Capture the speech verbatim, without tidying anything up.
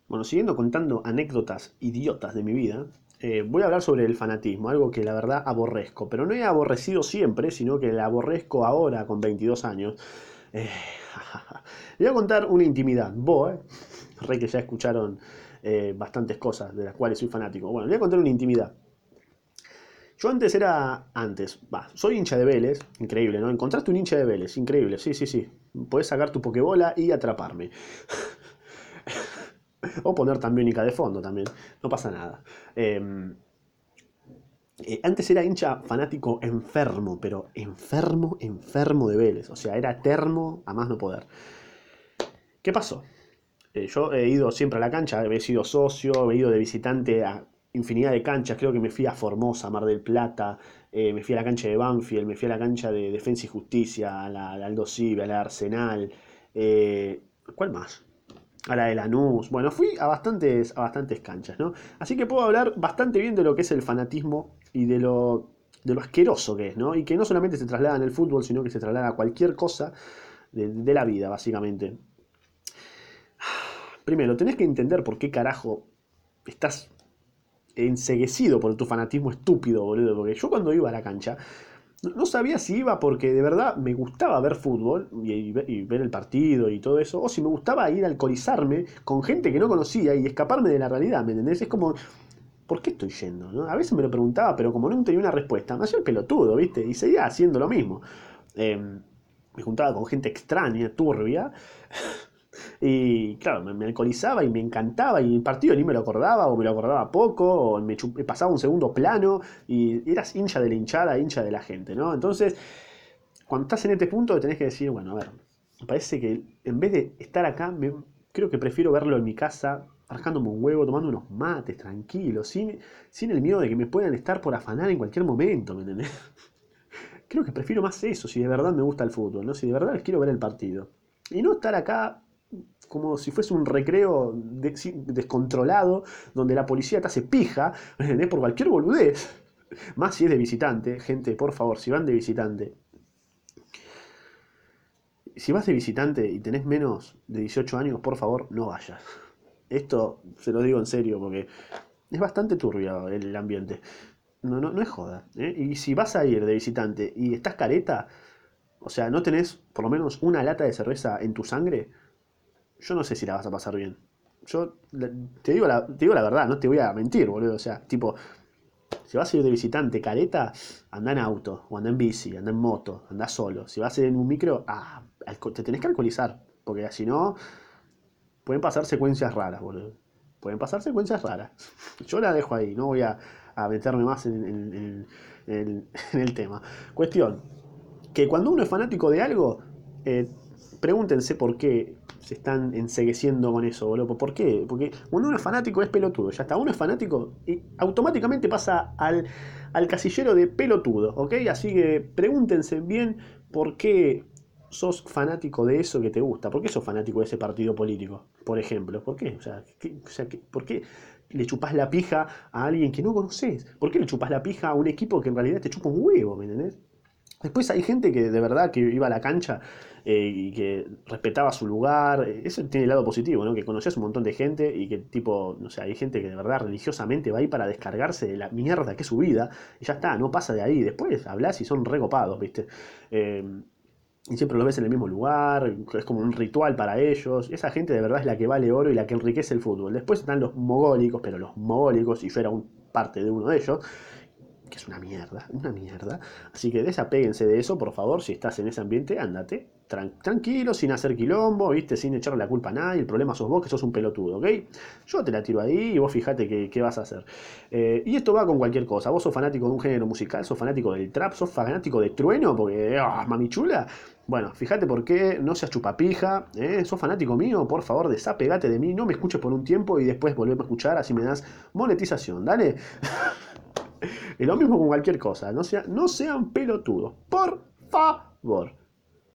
Bueno, siguiendo contando anécdotas idiotas de mi vida, eh, voy a hablar sobre el fanatismo, algo que la verdad aborrezco, pero no he aborrecido siempre, sino que la aborrezco ahora con veintidós años. Eh, Le voy a contar una intimidad, vos, eh, re que ya escucharon eh, bastantes cosas de las cuales soy fanático. Bueno, le voy a contar una intimidad. Yo antes era, antes, va, soy hincha de Vélez, increíble, ¿no? Encontraste un hincha de Vélez, increíble, sí, sí, sí. Podés sacar tu pokebola y atraparme. O poner también Ica de fondo también, no pasa nada. Eh, eh, Antes era hincha fanático enfermo, pero enfermo, enfermo de Vélez. O sea, era termo a más no poder. ¿Qué pasó? Eh, yo he ido siempre a la cancha, he sido socio, he ido de visitante a infinidad de canchas. Creo que me fui a Formosa, Mar del Plata, eh, me fui a la cancha de Banfield, me fui a la cancha de Defensa y Justicia, a la, a la Aldo Civi, a la Arsenal. Eh, ¿Cuál más? A la de Lanús. Bueno, fui a bastantes, a bastantes canchas, ¿no? Así que puedo hablar bastante bien de lo que es el fanatismo y de lo, de lo asqueroso que es, ¿no? Y que no solamente se traslada en el fútbol, sino que se traslada a cualquier cosa de, de la vida, básicamente. Primero, tenés que entender por qué carajo estás enseguecido por tu fanatismo estúpido, boludo. Porque yo cuando iba a la cancha, no sabía si iba porque de verdad me gustaba ver fútbol y, y ver el partido y todo eso, o si me gustaba ir a alcoholizarme con gente que no conocía y escaparme de la realidad, ¿me entendés? Es como, ¿por qué estoy yendo? ¿No? A veces me lo preguntaba, pero como no tenía una respuesta, me hacía el pelotudo, ¿viste? Y seguía haciendo lo mismo. Eh, Me juntaba con gente extraña, turbia, y claro, me, me alcoholizaba y me encantaba, y el partido ni me lo acordaba, o me lo acordaba poco, o me, chup- pasaba un segundo plano, y eras hincha de la hinchada, hincha de la gente, ¿no? Entonces, cuando estás en este punto tenés que decir, bueno, a ver, me parece que en vez de estar acá, me- creo que prefiero verlo en mi casa, rascándome un huevo, tomando unos mates, tranquilo, sin, sin el miedo de que me puedan estar por afanar en cualquier momento, ¿me entendés? Creo que prefiero más eso, si de verdad me gusta el fútbol, ¿no? Si de verdad quiero ver el partido. Y no estar acá como si fuese un recreo de- sí, descontrolado, donde la policía te hace pija, ¿me entendés? Por cualquier boludez. Más si es de visitante, gente, por favor, si van de visitante, si vas de visitante y tenés menos de dieciocho años, por favor, no vayas. Esto se lo digo en serio porque es bastante turbio el ambiente. No, no, no es joda. ¿Eh? Y si vas a ir de visitante y estás careta, o sea, no tenés por lo menos una lata de cerveza en tu sangre, yo no sé si la vas a pasar bien. Yo te digo la, te digo la verdad, no te voy a mentir, boludo. O sea, tipo, si vas a ir de visitante careta, anda en auto, o anda en bici, anda en moto, anda solo. Si vas a ir en un micro, ah, te tenés que alcoholizar. Porque si no, pueden pasar secuencias raras, boludo. Pueden pasar secuencias raras. Yo la dejo ahí, no voy a, a meterme más en, en- en- en- en el tema. Cuestión, que cuando uno es fanático de algo, eh, pregúntense por qué se están ensegueciendo con eso, boludo. ¿Por qué? Porque cuando uno es fanático es pelotudo, ya está. Uno es fanático y automáticamente pasa al, al casillero de pelotudo, ¿ok? Así que pregúntense bien por qué sos fanático de eso que te gusta. ¿Por qué sos fanático de ese partido político? Por ejemplo, ¿por qué? O sea, ¿qué, o sea, ¿qué, ¿por qué le chupás la pija a alguien que no conoces? ¿Por qué le chupás la pija a un equipo que en realidad te chupa un huevo, ¿me entendés? Después hay gente que de verdad que iba a la cancha eh, y que respetaba su lugar. Eso tiene el lado positivo, ¿no? Que conocías un montón de gente y que tipo, no sé, hay gente que de verdad religiosamente va ahí para descargarse de la mierda que es su vida y ya está, no pasa de ahí. Después hablas y son recopados, ¿viste? Eh, y siempre los ves en el mismo lugar, es como un ritual para ellos. Esa gente de verdad es la que vale oro y la que enriquece el fútbol. Después están los mogólicos, pero los mogólicos, y yo era un, parte de uno de ellos, que es una mierda, una mierda. Así que desapéguense de eso, por favor. Si estás en ese ambiente, ándate. Tran- tranquilo, sin hacer quilombo, ¿viste? Sin echarle la culpa a nadie. El problema sos vos, que sos un pelotudo, ¿ok? Yo te la tiro ahí y vos fijate qué, qué vas a hacer. Eh, y esto va con cualquier cosa. Vos sos fanático de un género musical, sos fanático del trap, sos fanático de Trueno, porque, ah, mami chula. Bueno, fíjate por qué no seas chupapija, ¿eh? Sos fanático mío, por favor, desapegate de mí, no me escuches por un tiempo y después volveme a escuchar, así me das monetización, ¿dale? Y lo mismo con cualquier cosa. No, sea, no sean pelotudos. Por favor.